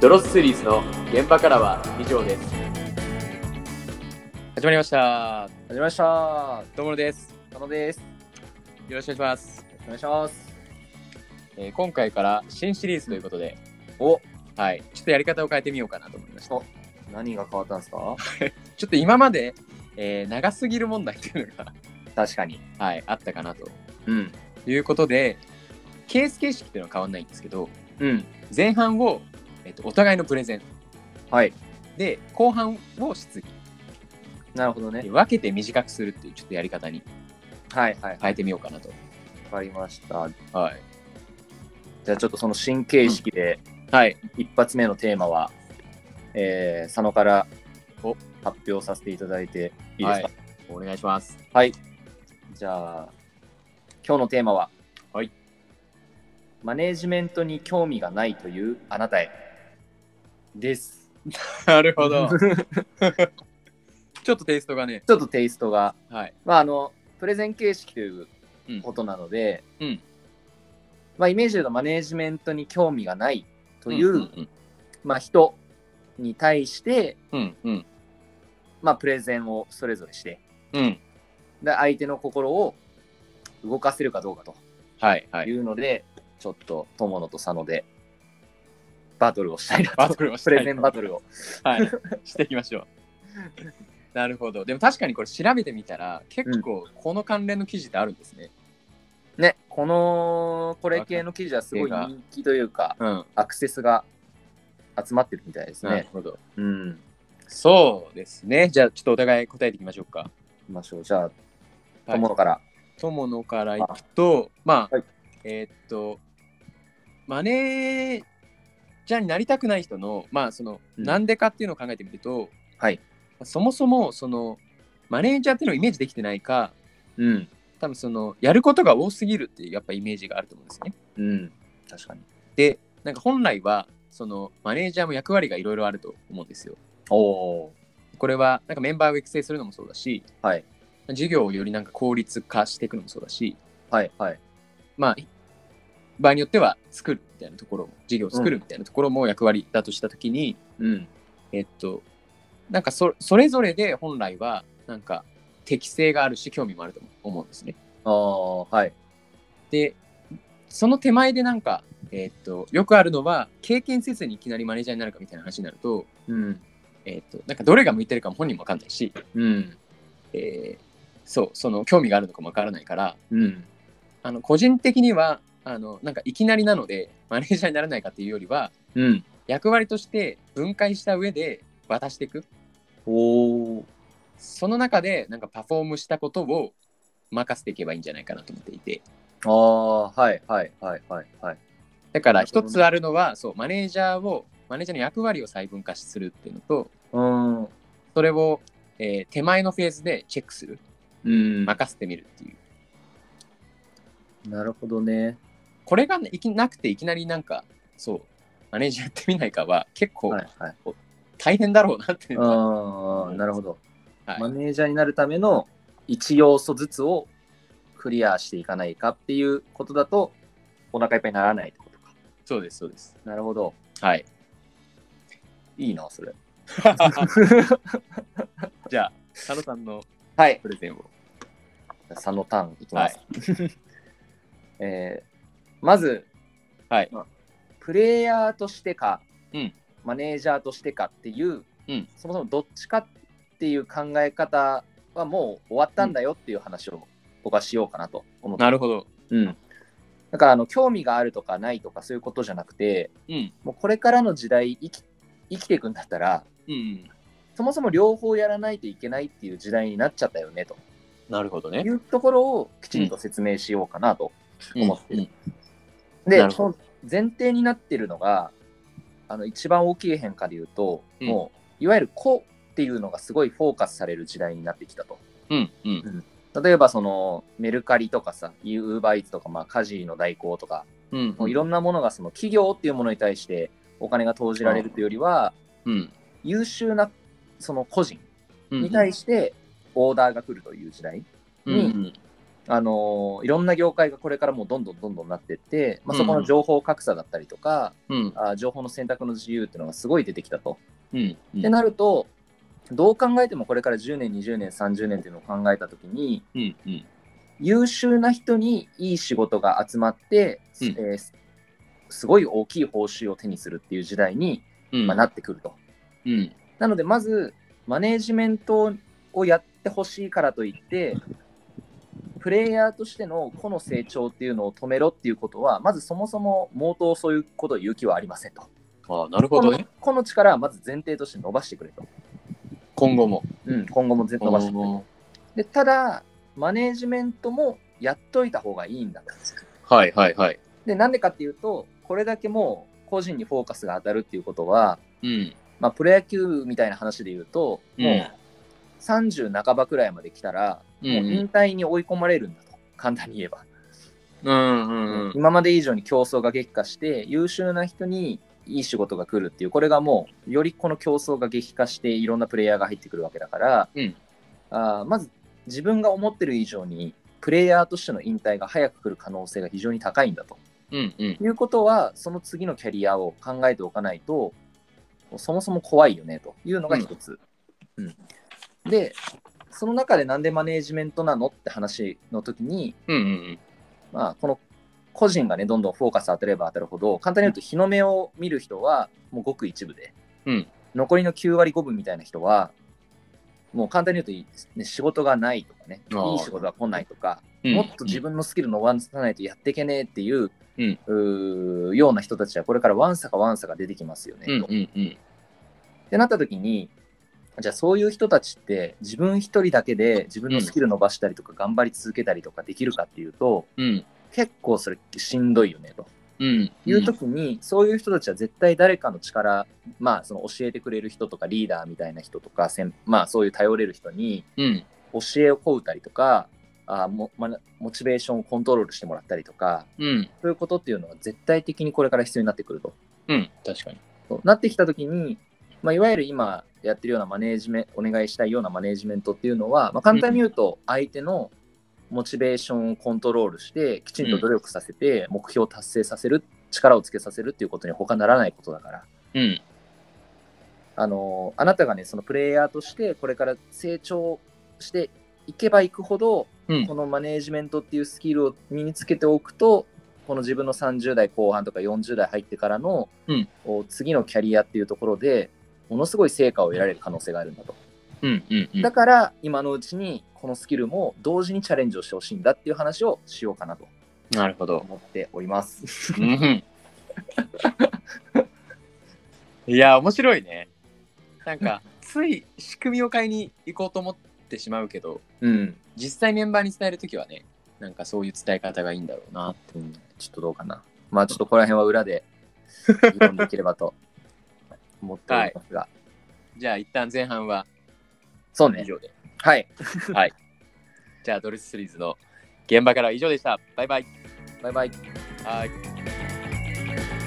ドロスシリーズの現場からは以上です。始まりました。 始まりました。 ともろです。 佐野です。 よろしくお願いします。 お願いします。 今回から新シリーズということで、はい、ちょっとやり方を変えてみようかなと思いました。 何が変わったんですか？ ちょっと今まで、長すぎる問題というのが確かに、 はい、あったかなと、 うんいうことで、ケース形式っていうのは変わんないんですけど、前半を、お互いのプレゼン、 はい、 で後半を質疑、 なるほどね。 分けて短くするっていうちょっとやり方に変えてみようかなと。 わかりました。 はい。 じゃあちょっとその新形式で、 はい。 一発目のテーマは、佐野から発表させていただいていいですか？ はい、お願いします。 はい。じゃあ今日のテーマは、 はい、 マネージメントに興味がないというあなたへです。 なるほど。ちょっとテイストがね。 ちょっとテイストが、 はい。 プレゼン形式ということなので、イメージで言うとマネージメントに興味がないという、人に対して、プレゼンをそれぞれして、で相手の心を動かせるかどうかというので、ちょっと友野と佐野でバトルをしたいなと。プレゼンバトルを、 していきましょう。なるほど。でも確かにこれ調べてみたら結構この関連の記事ってあるんですね。 ね、これ系の記事はすごい人気というか、アクセスが集まってるみたいですね。 なるほど。そうですね。じゃあちょっとお互い答えていきましょうか。 いきましょう。じゃあ友野から。 友野からいくと、マネージャーになりたくない人の、なんでかっていうのを考えてみると、そもそもそのマネージャーっていうのをイメージできてないか、多分そのやることが多すぎるっていうやっぱイメージがあると思うんですね。 確かに。 で、なんか本来はそのマネージャーも役割がいろいろあると思うんですよ。これはなんかメンバーを育成するのもそうだし、授業をよりなんか効率化していくのもそうだし、場合によっては作るみたいなところも、授業を作るみたいなところも役割だとしたときに、なんかそれぞれで本来はなんか適性があるし興味もあると思うんですね。で、その手前でなんか、よくあるのは経験せずにいきなりマネージャーになるかみたいな話になると、なんかどれが向いてるかも本人も分かんないし、その興味があるのかも分からないから、個人的にはなんかいきなりなのでマネージャーにならないかっていうよりは、役割として分解した上で渡していく。その中でなんかパフォームしたことを任せていけばいいんじゃないかなと思っていて。だから一つあるのは、マネージャーの役割を細分化するっていうのと、それを、手前のフェーズでチェックする、任せてみるっていう。 なるほどね。 これがなくていきなりなんかマネージャーやってみないかは結構、大変だろうなっていうのは。 なるほど、マネージャーになるための1要素ずつをクリアしていかないかっていうことだとお腹いっぱいにならないってことか。 そうですそうです。 なるほど。いいなそれ。 じゃあ佐野さんのプレゼンを。 佐野ターンいきます。まず、プレイヤーとしてか、マネージャーとしてかっていう、そもそもどっちかっていう考え方はもう終わったんだよっていう話を僕はしようかなと思って。 なるほど。 だから興味があるとかないとかそういうことじゃなくて、もうこれからの時代生きていくんだったら、そもそも両方やらないといけないっていう時代になっちゃったよねと。なるほどね。いうところをきちんと説明しようかなと思ってる。で、その前提になってるのが、一番大きい変化で言うと、もういわゆる個っていうのがすごいフォーカスされる時代になってきたと。例えばそのメルカリとかさ、ウーバーイーツとか、家事の代行とか、もういろんなものがその企業っていうものに対してお金が投じられるというよりは、優秀なその個人に対してオーダーが来るという時代にいろんな業界がこれからもうどんどんなっていって、そこの情報格差だったりとか、情報の選択の自由っていうのがすごい出てきたと。ってなると、どう考えてもこれから10年、20年、30年っていうのを考えたときに、優秀な人にいい仕事が集まって、すごい大きい報酬を手にするっていう時代に、なってくると。なので、まず、マネージメントをやってほしいからといって、プレイヤーとしての個の成長っていうのを止めろっていうことは、まずそもそも毛頭そういうことを言う気はありませんと。 なるほどね。 個の力はまず前提として伸ばしてくれと。 今後も。 今後も伸ばしてくれと。で、ただ、マネージメントもやっといた方がいいんだと。 はいはいはい。 で、なんでかっていうと、これだけもう個人にフォーカスが当たるっていうことは、プロ野球みたいな話で言うと、もう30半ばくらいまで来たら、もう引退に追い込まれるんだと、簡単に言えば。今まで以上に競争が激化して、優秀な人にいい仕事が来るっていう、これがもう、よりこの競争が激化して、いろんなプレイヤーが入ってくるわけだから、まず自分が思ってる以上に、プレイヤーとしての引退が早く来る可能性が非常に高いんだと。いうことは、その次のキャリアを考えておかないと、そもそも怖いよねというのが一つ。で、その中でなんでマネージメントなのって話の時に、この個人がね、どんどんフォーカス当たれば当たるほど、簡単に言うと日の目を見る人はもうごく一部で、残りの9割5分みたいな人は、もう簡単に言うと、仕事がないとかね、いい仕事が来ないとか、もっと自分のスキル伸ばさないとやっていけねえっていう、ような人たちはこれからわんさか出てきますよねと。ってなった時に、じゃあそういう人たちって自分一人だけで自分のスキル伸ばしたりとか頑張り続けたりとかできるかっていうと、結構それしんどいよねと。いう時に、そういう人たちは絶対誰かの力、その教えてくれる人とかリーダーみたいな人とか、そういう頼れる人に教えを請うたりとか、モチベーションをコントロールしてもらったりとか、そういうことっていうのは絶対的にこれから必要になってくると。 確かに。 そうなってきた時に、いわゆる今やってるようなお願いしたいようなマネージメントっていうのは、簡単に言うと相手のモチベーションをコントロールしてきちんと努力させて目標を達成させる、力をつけさせるっていうことに他ならないことだから、あなたがね、そのプレイヤーとしてこれから成長していけばいくほど、このマネージメントっていうスキルを身につけておくと、この自分の30代後半とか40代入ってからの、次のキャリアっていうところでものすごい成果を得られる可能性があるんだと。だから今のうちにこのスキルも同時にチャレンジをしてほしいんだっていう話をしようかなと思っております。 いや面白いね。なんかつい仕組みを変えに行こうと思ってしまうけど、実際メンバーに伝えるときはね、なんかそういう伝え方がいいんだろうなって、 ちょっとどうかな。ちょっとここら辺は裏で議論できればと思っておりますが、 じゃあ一旦前半はそうね、 以上で。 はい。 じゃあドレスシリーズの現場からは以上でした。バイバイ。 バイバイ。 はい。